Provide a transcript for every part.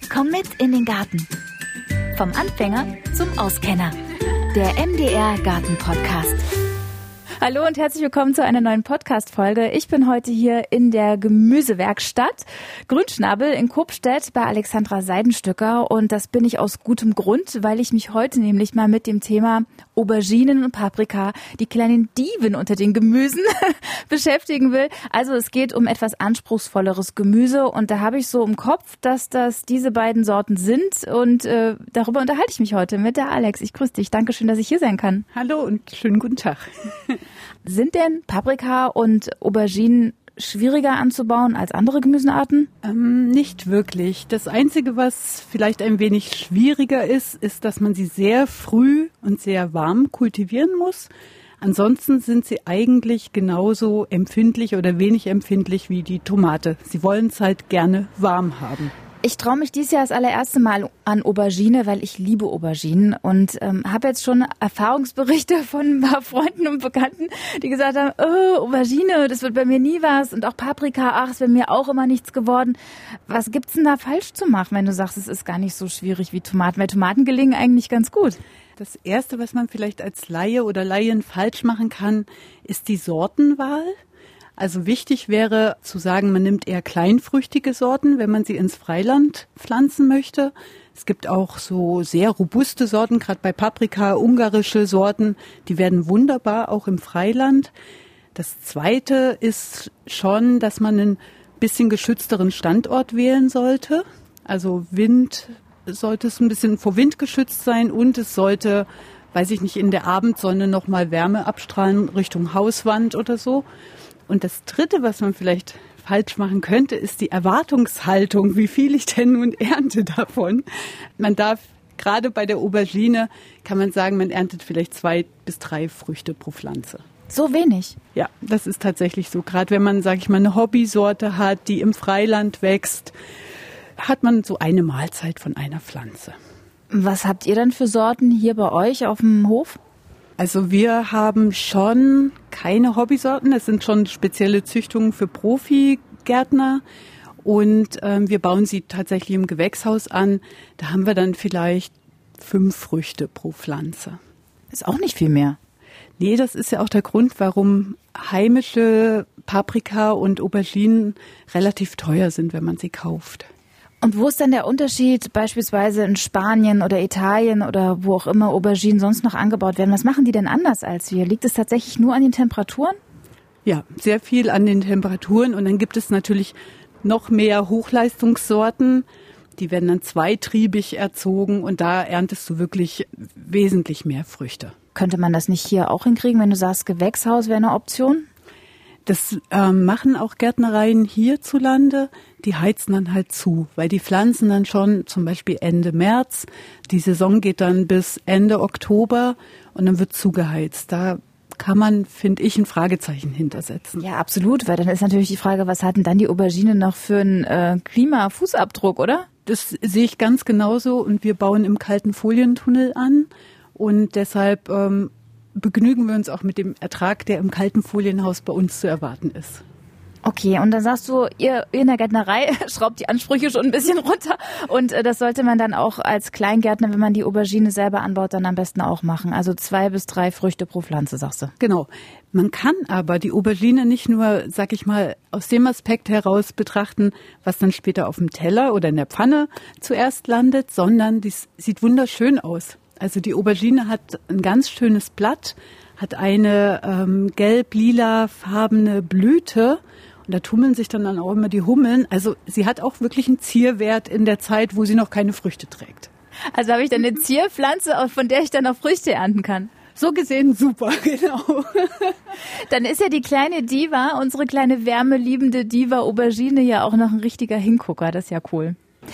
Komm mit in den Garten. Vom Anfänger zum Auskenner. Der MDR Garten Podcast. Hallo und herzlich willkommen zu einer neuen Podcast-Folge. Ich bin heute hier in der Gemüsewerkstatt Grünschnabel in Kopstedt bei Alexandra Seidenstücker. Und das bin ich aus gutem Grund, weil ich mich heute nämlich mal mit dem Thema Auberginen und Paprika, die kleinen Diven unter den Gemüsen, beschäftigen will. Also es geht um etwas anspruchsvolleres Gemüse und da habe ich so im Kopf, dass das diese beiden Sorten sind und darüber unterhalte ich mich heute mit der Alex. Ich grüße dich. Dankeschön, dass ich hier sein kann. Hallo und schönen guten Tag. Sind denn Paprika und Auberginen schwieriger anzubauen als andere Gemüsearten? Nicht wirklich. Das Einzige, was vielleicht ein wenig schwieriger ist, dass man sie sehr früh und sehr warm kultivieren muss. Ansonsten sind sie eigentlich genauso empfindlich oder wenig empfindlich wie die Tomate. Sie wollen es halt gerne warm haben. Ich traue mich dieses Jahr das allererste Mal an Aubergine, weil ich liebe Auberginen und habe jetzt schon Erfahrungsberichte von ein paar Freunden und Bekannten, die gesagt haben, oh, Aubergine, das wird bei mir nie was und auch Paprika, ach, ist bei mir auch immer nichts geworden. Was gibt's denn da falsch zu machen, wenn du sagst, es ist gar nicht so schwierig wie Tomaten? Weil Tomaten gelingen eigentlich ganz gut. Das Erste, was man vielleicht als Laie oder Laien falsch machen kann, ist die Sortenwahl. Also wichtig wäre zu sagen, man nimmt eher kleinfrüchtige Sorten, wenn man sie ins Freiland pflanzen möchte. Es gibt auch so sehr robuste Sorten, gerade bei Paprika, ungarische Sorten, die werden wunderbar auch im Freiland. Das Zweite ist schon, dass man einen bisschen geschützteren Standort wählen sollte. Also Wind sollte es ein bisschen vor Wind geschützt sein und es sollte, weiß ich nicht, in der Abendsonne nochmal Wärme abstrahlen Richtung Hauswand oder so. Und das Dritte, was man vielleicht falsch machen könnte, ist die Erwartungshaltung, wie viel ich denn nun ernte davon. Man darf, gerade bei der Aubergine, kann man sagen, man erntet vielleicht 2 bis 3 Früchte pro Pflanze. So wenig? Ja, das ist tatsächlich so. Gerade wenn man, sage ich mal, eine Hobbysorte hat, die im Freiland wächst, hat man so eine Mahlzeit von einer Pflanze. Was habt ihr dann für Sorten hier bei euch auf dem Hof? Also wir haben schon keine Hobbysorten, es sind schon spezielle Züchtungen für Profigärtner und wir bauen sie tatsächlich im Gewächshaus an. Da haben wir dann vielleicht 5 Früchte pro Pflanze. Ist auch nicht viel mehr. Nee, das ist ja auch der Grund, warum heimische Paprika und Auberginen relativ teuer sind, wenn man sie kauft. Und wo ist denn der Unterschied beispielsweise in Spanien oder Italien oder wo auch immer Auberginen sonst noch angebaut werden? Was machen die denn anders als wir? Liegt es tatsächlich nur an den Temperaturen? Ja, sehr viel an den Temperaturen. Und dann gibt es natürlich noch mehr Hochleistungssorten. Die werden dann zweitriebig erzogen und da erntest du wirklich wesentlich mehr Früchte. Könnte man das nicht hier auch hinkriegen, wenn du sagst, Gewächshaus wäre eine Option? Das machen auch Gärtnereien hierzulande, die heizen dann halt zu, weil die pflanzen dann schon zum Beispiel Ende März, die Saison geht dann bis Ende Oktober und dann wird zugeheizt. Da kann man, finde ich, ein Fragezeichen hintersetzen. Ja, absolut, weil dann ist natürlich die Frage, was hat denn dann die Aubergine noch für einen Klimafußabdruck, oder? Das sehe ich ganz genauso und wir bauen im kalten Folientunnel an und deshalb begnügen wir uns auch mit dem Ertrag, der im kalten Folienhaus bei uns zu erwarten ist. Okay, und dann sagst du, ihr in der Gärtnerei schraubt die Ansprüche schon ein bisschen runter und das sollte man dann auch als Kleingärtner, wenn man die Aubergine selber anbaut, dann am besten auch machen. Also 2 bis 3 Früchte pro Pflanze, sagst du. Genau. Man kann aber die Aubergine nicht nur, sag ich mal, aus dem Aspekt heraus betrachten, was dann später auf dem Teller oder in der Pfanne zuerst landet, sondern die sieht wunderschön aus. Also die Aubergine hat ein ganz schönes Blatt, hat eine gelb-lila farbene Blüte und da tummeln sich dann auch immer die Hummeln. Also sie hat auch wirklich einen Zierwert in der Zeit, wo sie noch keine Früchte trägt. Also habe ich dann eine Zierpflanze, von der ich dann auch Früchte ernten kann? So gesehen super, genau. Dann ist ja die kleine Diva, unsere kleine wärmeliebende Diva Aubergine ja auch noch ein richtiger Hingucker. Das ist ja cool.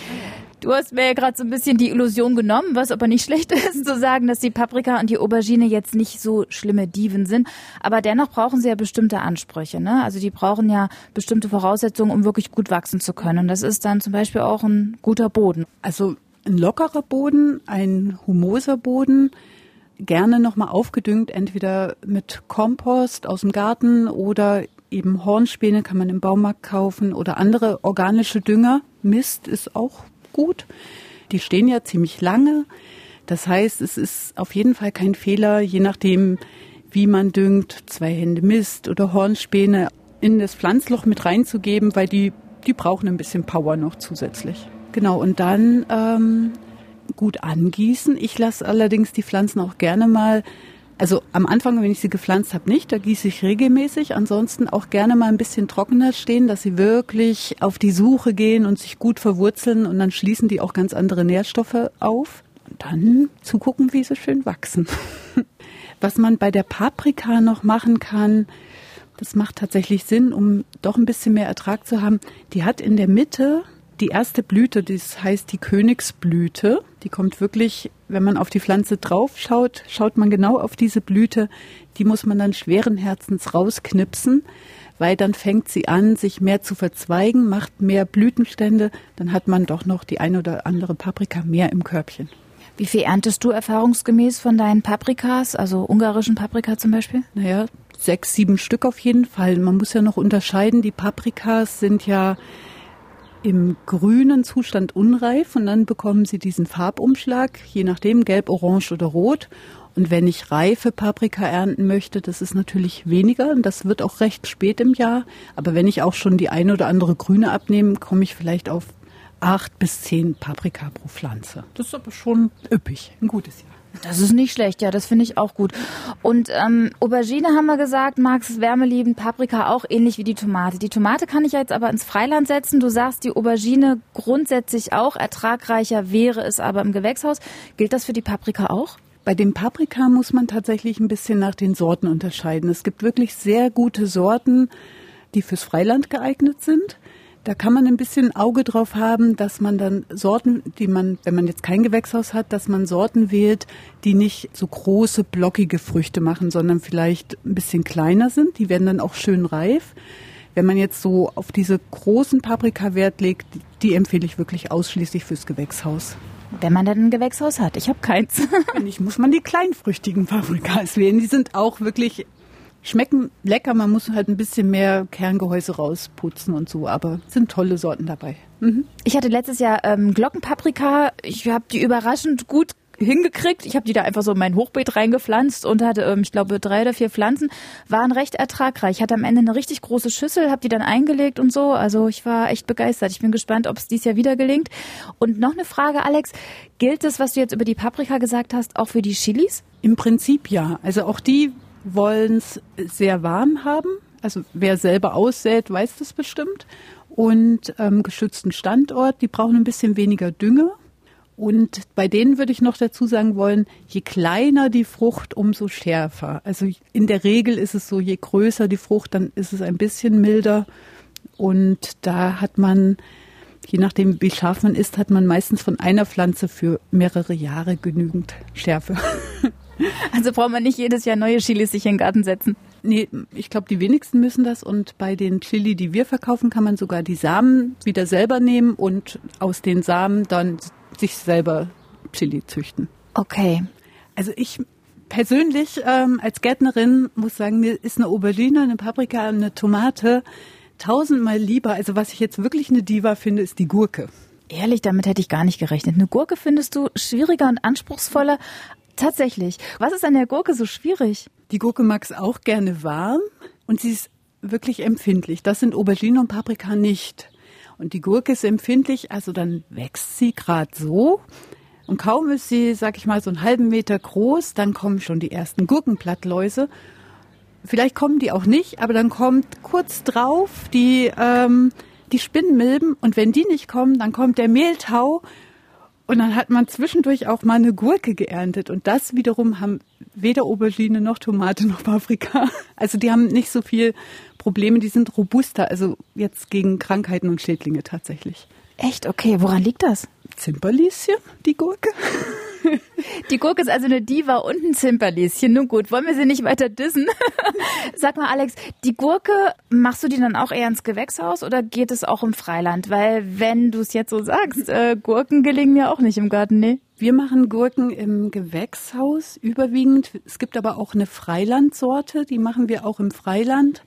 Du hast mir ja gerade so ein bisschen die Illusion genommen, was aber nicht schlecht ist, zu sagen, dass die Paprika und die Aubergine jetzt nicht so schlimme Diven sind. Aber dennoch brauchen sie ja bestimmte Ansprüche, ne? Also die brauchen ja bestimmte Voraussetzungen, um wirklich gut wachsen zu können. Und das ist dann zum Beispiel auch ein guter Boden. Also ein lockerer Boden, ein humoser Boden, gerne nochmal aufgedüngt, entweder mit Kompost aus dem Garten oder eben Hornspäne kann man im Baumarkt kaufen oder andere organische Dünger. Mist ist auch gut. Die stehen ja ziemlich lange. Das heißt, es ist auf jeden Fall kein Fehler, je nachdem, wie man düngt, 2 Hände Mist oder Hornspäne in das Pflanzloch mit reinzugeben, weil die brauchen ein bisschen Power noch zusätzlich. Genau, und dann gut angießen. Ich lasse allerdings die Pflanzen auch gerne mal, also am Anfang, wenn ich sie gepflanzt habe, nicht, da gieße ich regelmäßig. Ansonsten auch gerne mal ein bisschen trockener stehen, dass sie wirklich auf die Suche gehen und sich gut verwurzeln und dann schließen die auch ganz andere Nährstoffe auf. Und dann zugucken, wie sie schön wachsen. Was man bei der Paprika noch machen kann, das macht tatsächlich Sinn, um doch ein bisschen mehr Ertrag zu haben. Die hat in der Mitte die erste Blüte, das heißt die Königsblüte. Die kommt wirklich, wenn man auf die Pflanze drauf schaut, schaut man genau auf diese Blüte. Die muss man dann schweren Herzens rausknipsen, weil dann fängt sie an, sich mehr zu verzweigen, macht mehr Blütenstände. Dann hat man doch noch die eine oder andere Paprika mehr im Körbchen. Wie viel erntest du erfahrungsgemäß von deinen Paprikas, also ungarischen Paprika zum Beispiel? 6, 7 Stück auf jeden Fall. Man muss ja noch unterscheiden, die Paprikas sind ja im grünen Zustand unreif und dann bekommen sie diesen Farbumschlag, je nachdem gelb, orange oder rot. Und wenn ich reife Paprika ernten möchte, das ist natürlich weniger und das wird auch recht spät im Jahr. Aber wenn ich auch schon die eine oder andere grüne abnehme, komme ich vielleicht auf 8 bis 10 Paprika pro Pflanze. Das ist aber schon üppig, ein gutes Jahr. Das ist nicht schlecht, ja, das finde ich auch gut. Und Aubergine haben wir gesagt, magst wärmeliebend, Paprika auch ähnlich wie die Tomate. Die Tomate kann ich jetzt aber ins Freiland setzen. Du sagst, die Aubergine grundsätzlich auch, ertragreicher wäre es aber im Gewächshaus. Gilt das für die Paprika auch? Bei dem Paprika muss man tatsächlich ein bisschen nach den Sorten unterscheiden. Es gibt wirklich sehr gute Sorten, die fürs Freiland geeignet sind. Da kann man ein bisschen Auge drauf haben, dass man dann Sorten, die man, wenn man jetzt kein Gewächshaus hat, dass man Sorten wählt, die nicht so große, blockige Früchte machen, sondern vielleicht ein bisschen kleiner sind. Die werden dann auch schön reif. Wenn man jetzt so auf diese großen Paprika Wert legt, die empfehle ich wirklich ausschließlich fürs Gewächshaus. Wenn man dann ein Gewächshaus hat. Ich habe keins. Wenn nicht, muss man die kleinfrüchtigen Paprikas wählen. Die sind auch wirklich, schmecken lecker. Man muss halt ein bisschen mehr Kerngehäuse rausputzen und so. Aber sind tolle Sorten dabei. Mhm. Ich hatte letztes Jahr Glockenpaprika. Ich habe die überraschend gut hingekriegt. Ich habe die da einfach so in mein Hochbeet reingepflanzt und hatte, ich glaube, 3 oder 4 Pflanzen, waren recht ertragreich. Ich hatte am Ende eine richtig große Schüssel, habe die dann eingelegt und so. Also ich war echt begeistert. Ich bin gespannt, ob es dieses Jahr wieder gelingt. Und noch eine Frage, Alex. Gilt das, was du jetzt über die Paprika gesagt hast, auch für die Chilis? Im Prinzip ja. Also auch die wollen es sehr warm haben. Also wer selber aussät, weiß das bestimmt. Und geschützten Standort, die brauchen ein bisschen weniger Dünger. Und bei denen würde ich noch dazu sagen wollen, je kleiner die Frucht, umso schärfer. Also in der Regel ist es so, je größer die Frucht, dann ist es ein bisschen milder. Und da hat man, je nachdem wie scharf man ist, hat man meistens von einer Pflanze für mehrere Jahre genügend Schärfe. Also braucht man nicht jedes Jahr neue Chilis sich in den Garten setzen? Nee, ich glaube, die wenigsten müssen das. Und bei den Chili, die wir verkaufen, kann man sogar die Samen wieder selber nehmen und aus den Samen dann sich selber Chili züchten. Okay. Also ich persönlich als Gärtnerin muss sagen, mir ist eine Aubergine, eine Paprika, eine Tomate 1000-mal lieber. Also was ich jetzt wirklich eine Diva finde, ist die Gurke. Ehrlich, damit hätte ich gar nicht gerechnet. Eine Gurke findest du schwieriger und anspruchsvoller? Tatsächlich. Was ist an der Gurke so schwierig? Die Gurke mag es auch gerne warm und sie ist wirklich empfindlich. Das sind Aubergine und Paprika nicht. Und die Gurke ist empfindlich, also dann wächst sie gerade so. Und kaum ist sie, sag ich mal, so einen halben Meter groß, dann kommen schon die ersten Gurkenblattläuse. Vielleicht kommen die auch nicht, aber dann kommt kurz drauf die Spinnmilben. Und wenn die nicht kommen, dann kommt der Mehltau. Und dann hat man zwischendurch auch mal eine Gurke geerntet. Und das wiederum haben weder Aubergine noch Tomate noch Paprika. Also die haben nicht so viel Probleme, die sind robuster, also jetzt gegen Krankheiten und Schädlinge tatsächlich. Echt? Okay, woran liegt das? Zimperlieschen, die Gurke. Die Gurke ist also eine Diva und ein Zimperlieschen. Nun gut, wollen wir sie nicht weiter dissen? Sag mal, Alex, die Gurke, machst du die dann auch eher ins Gewächshaus oder geht es auch im Freiland? Weil, wenn du es jetzt so sagst, Gurken gelingen mir auch nicht im Garten, ne? Wir machen Gurken im Gewächshaus überwiegend. Es gibt aber auch eine Freilandsorte, die machen wir auch im Freiland.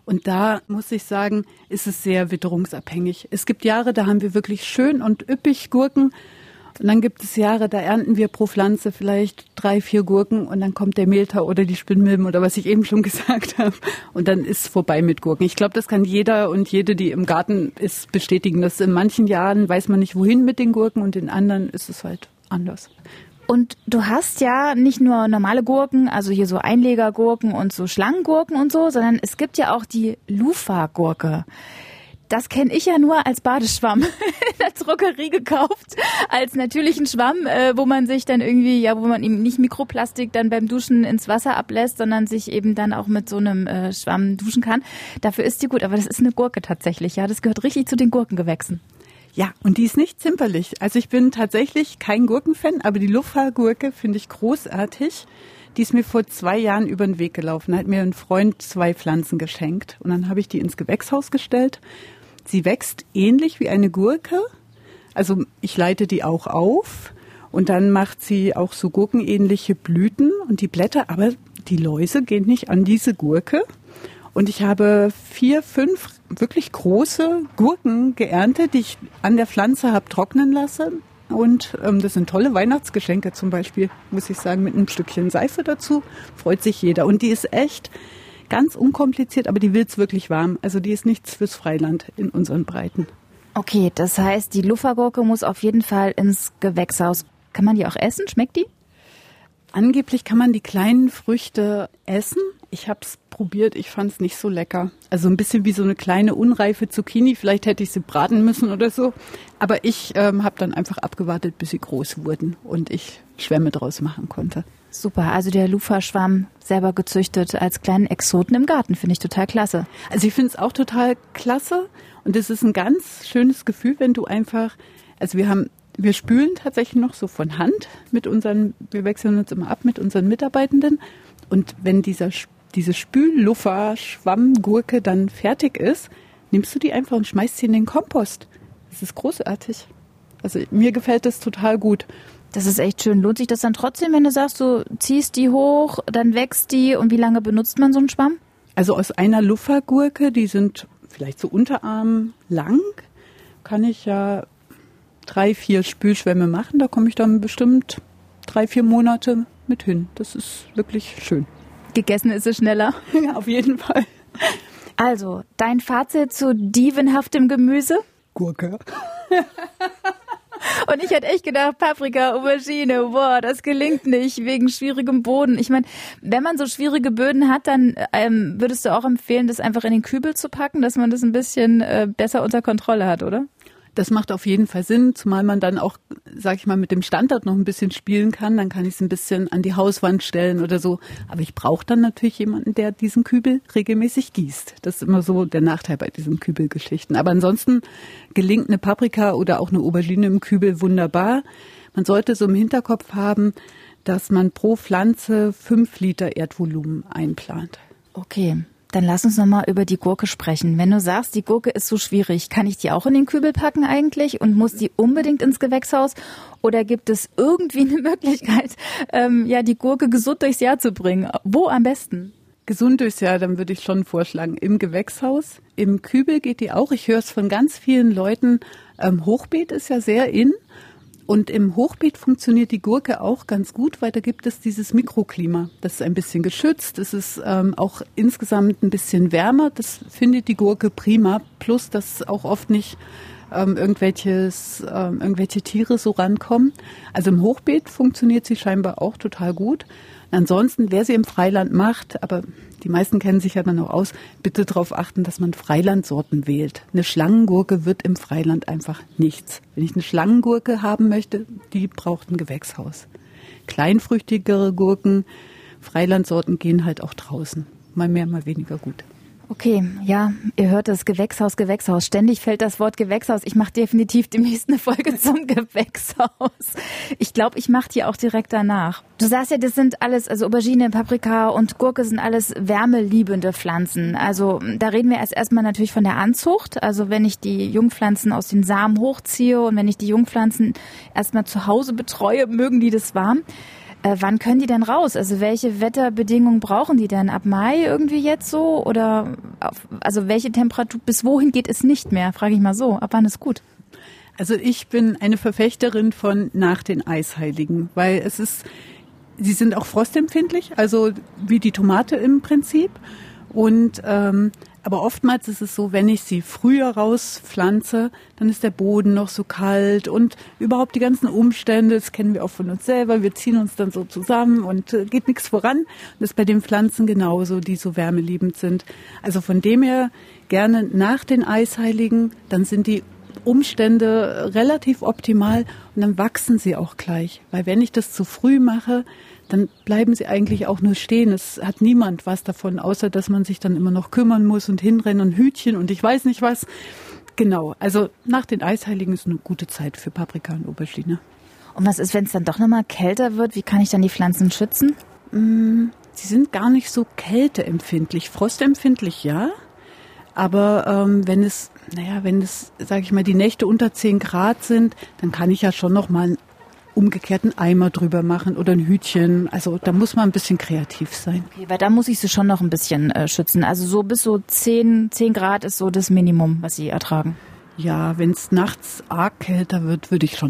Und da muss ich sagen, ist es sehr witterungsabhängig. Es gibt Jahre, da haben wir wirklich schön und üppig Gurken. Und dann gibt es Jahre, da ernten wir pro Pflanze vielleicht 3, 4 Gurken und dann kommt der Mehltau oder die Spinnmilben oder was ich eben schon gesagt habe. Und dann ist es vorbei mit Gurken. Ich glaube, das kann jeder und jede, die im Garten ist, bestätigen. Dass in manchen Jahren weiß man nicht, wohin mit den Gurken und in anderen ist es halt anders. Und du hast ja nicht nur normale Gurken, also hier so Einlegergurken und so Schlangengurken und so, sondern es gibt ja auch die Lufa-Gurke. Das kenne ich ja nur als Badeschwamm in der Drogerie gekauft, als natürlichen Schwamm, wo man sich dann irgendwie, wo man eben nicht Mikroplastik dann beim Duschen ins Wasser ablässt, sondern sich eben dann auch mit so einem Schwamm duschen kann. Dafür ist die gut, aber das ist eine Gurke tatsächlich, ja. Das gehört richtig zu den Gurkengewächsen. Ja, und die ist nicht zimperlich. Also ich bin tatsächlich kein Gurkenfan, aber die Lufa-Gurke finde ich großartig. Die ist mir vor 2 Jahren über den Weg gelaufen. Da hat mir ein Freund 2 Pflanzen geschenkt und dann habe ich die ins Gewächshaus gestellt. Sie wächst ähnlich wie eine Gurke, also ich leite die auch auf und dann macht sie auch so gurkenähnliche Blüten und die Blätter, aber die Läuse gehen nicht an diese Gurke. Und ich habe 4, 5 wirklich große Gurken geerntet, die ich an der Pflanze habe trocknen lassen. Und das sind tolle Weihnachtsgeschenke zum Beispiel, muss ich sagen, mit einem Stückchen Seife dazu. Freut sich jeder. Und die ist echt ganz unkompliziert, aber die will's wirklich warm. Also die ist nichts fürs Freiland in unseren Breiten. Okay, das heißt, die Lufa-Gurke muss auf jeden Fall ins Gewächshaus. Kann man die auch essen? Schmeckt die? Angeblich kann man die kleinen Früchte essen. Ich habe es probiert, ich fand es nicht so lecker. Also ein bisschen wie so eine kleine unreife Zucchini. Vielleicht hätte ich sie braten müssen oder so. Aber ich habe dann einfach abgewartet, bis sie groß wurden und ich Schwämme draus machen konnte. Super, also der Lufa-Schwamm selber gezüchtet als kleinen Exoten im Garten, finde ich total klasse. Also ich finde es auch total klasse und es ist ein ganz schönes Gefühl, wenn du einfach, also wir spülen tatsächlich noch so von Hand wir wechseln uns immer ab mit unseren Mitarbeitenden und wenn diese Spül-Luffa-Schwammgurke dann fertig ist, nimmst du die einfach und schmeißt sie in den Kompost. Das ist großartig. Also mir gefällt das total gut. Das ist echt schön. Lohnt sich das dann trotzdem, wenn du sagst, du ziehst die hoch, dann wächst die und wie lange benutzt man so einen Schwamm? Also aus einer Luffa-Gurke, die sind vielleicht so Unterarm lang, kann ich ja 3, 4 Spülschwämme machen. Da komme ich dann bestimmt 3, 4 Monate mit hin. Das ist wirklich schön. Gegessen ist es schneller. Ja, auf jeden Fall. Also, dein Fazit zu dievenhaftem Gemüse? Gurke. Und ich hätte echt gedacht, Paprika, Aubergine, boah, das gelingt nicht wegen schwierigem Boden. Ich meine, wenn man so schwierige Böden hat, dann würdest du auch empfehlen, das einfach in den Kübel zu packen, dass man das ein bisschen besser unter Kontrolle hat, oder? Das macht auf jeden Fall Sinn, zumal man dann auch, sag ich mal, mit dem Standard noch ein bisschen spielen kann. Dann kann ich es ein bisschen an die Hauswand stellen oder so. Aber ich brauche dann natürlich jemanden, der diesen Kübel regelmäßig gießt. Das ist immer so der Nachteil bei diesen Kübelgeschichten. Aber ansonsten gelingt eine Paprika oder auch eine Aubergine im Kübel wunderbar. Man sollte so im Hinterkopf haben, dass man pro Pflanze 5 Liter Erdvolumen einplant. Okay. Dann lass uns nochmal über die Gurke sprechen. Wenn du sagst, die Gurke ist so schwierig, kann ich die auch in den Kübel packen eigentlich und muss die unbedingt ins Gewächshaus? Oder gibt es irgendwie eine Möglichkeit, die Gurke gesund durchs Jahr zu bringen? Wo am besten? Gesund durchs Jahr, dann würde ich schon vorschlagen, im Gewächshaus. Im Kübel geht die auch. Ich höre es von ganz vielen Leuten. Hochbeet ist ja sehr in. Und im Hochbeet funktioniert die Gurke auch ganz gut, weil da gibt es dieses Mikroklima. Das ist ein bisschen geschützt, es ist auch insgesamt ein bisschen wärmer. Das findet die Gurke prima. Plus, dass auch oft nicht irgendwelche Tiere so rankommen. Also im Hochbeet funktioniert sie scheinbar auch total gut. Ansonsten, wer sie im Freiland macht, aber die meisten kennen sich ja dann auch aus, bitte darauf achten, dass man Freilandsorten wählt. Eine Schlangengurke wird im Freiland einfach nichts. Wenn ich eine Schlangengurke haben möchte, die braucht ein Gewächshaus. Kleinfrüchtigere Gurken, Freilandsorten gehen halt auch draußen. Mal mehr, mal weniger gut. Okay, ja, ihr hört das, Gewächshaus. Ständig fällt das Wort Gewächshaus. Ich mache definitiv demnächst eine Folge zum Gewächshaus. Ich glaube, ich mache die auch direkt danach. Du sagst ja, das sind alles, also Aubergine, Paprika und Gurke sind alles wärmeliebende Pflanzen. Also da reden wir erstmal natürlich von der Anzucht. Also wenn ich die Jungpflanzen aus den Samen hochziehe und wenn ich die Jungpflanzen erstmal zu Hause betreue, mögen die das warm. Wann können die denn raus? Also welche Wetterbedingungen brauchen die denn? Ab Mai irgendwie jetzt so? Oder also welche Temperatur, bis wohin geht es nicht mehr? Frage ich mal so. Ab wann ist gut? Also ich bin eine Verfechterin von nach den Eisheiligen, weil sie sind auch frostempfindlich, also wie die Tomate im Prinzip. Und aber oftmals ist es so, wenn ich sie früher rauspflanze, dann ist der Boden noch so kalt und überhaupt die ganzen Umstände, das kennen wir auch von uns selber, wir ziehen uns dann so zusammen und geht nichts voran. Und das ist bei den Pflanzen genauso, die so wärmeliebend sind. Also von dem her gerne nach den Eisheiligen, dann sind die Umstände relativ optimal und dann wachsen sie auch gleich. Weil wenn ich das zu früh mache, dann bleiben sie eigentlich auch nur stehen. Es hat niemand was davon, außer dass man sich dann immer noch kümmern muss und hinrennen und Hütchen und ich weiß nicht was. Genau, also nach den Eisheiligen ist eine gute Zeit für Paprika und Aubergine. Und was ist, wenn es dann doch nochmal kälter wird? Wie kann ich dann die Pflanzen schützen? Sie sind gar nicht so kälteempfindlich. Frostempfindlich ja, aber wenn es, sage ich mal, die Nächte unter 10 Grad sind, dann kann ich ja schon noch mal einen umgekehrten Eimer drüber machen oder ein Hütchen. Also da muss man ein bisschen kreativ sein. Okay, weil da muss ich sie schon noch ein bisschen schützen. Also so bis so 10 Grad ist so das Minimum, was sie ertragen. Ja, wenn es nachts arg kälter wird, würde ich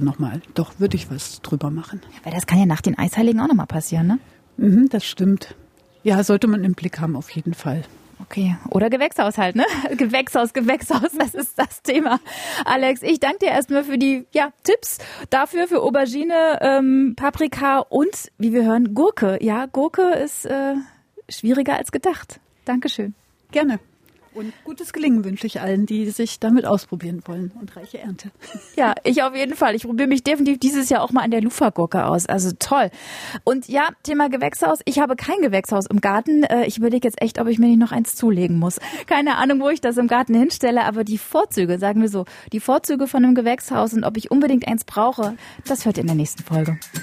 was drüber machen. Weil das kann ja nach den Eisheiligen auch nochmal passieren, ne? Das stimmt. Ja, sollte man im Blick haben, auf jeden Fall. Okay, oder Gewächshaus halt, ne? Gewächshaus, das ist das Thema. Alex, ich danke dir erstmal für die Tipps dafür, für Aubergine, Paprika und, wie wir hören, Gurke. Ja, Gurke ist schwieriger als gedacht. Dankeschön. Gerne. Und gutes Gelingen wünsche ich allen, die sich damit ausprobieren wollen und reiche Ernte. Ja, ich auf jeden Fall. Ich probiere mich definitiv dieses Jahr auch mal an der Lufa-Gurke aus. Also toll. Und ja, Thema Gewächshaus. Ich habe kein Gewächshaus im Garten. Ich überlege jetzt echt, ob ich mir nicht noch eins zulegen muss. Keine Ahnung, wo ich das im Garten hinstelle, aber die Vorzüge, sagen wir so, die Vorzüge von einem Gewächshaus und ob ich unbedingt eins brauche, das hört ihr in der nächsten Folge.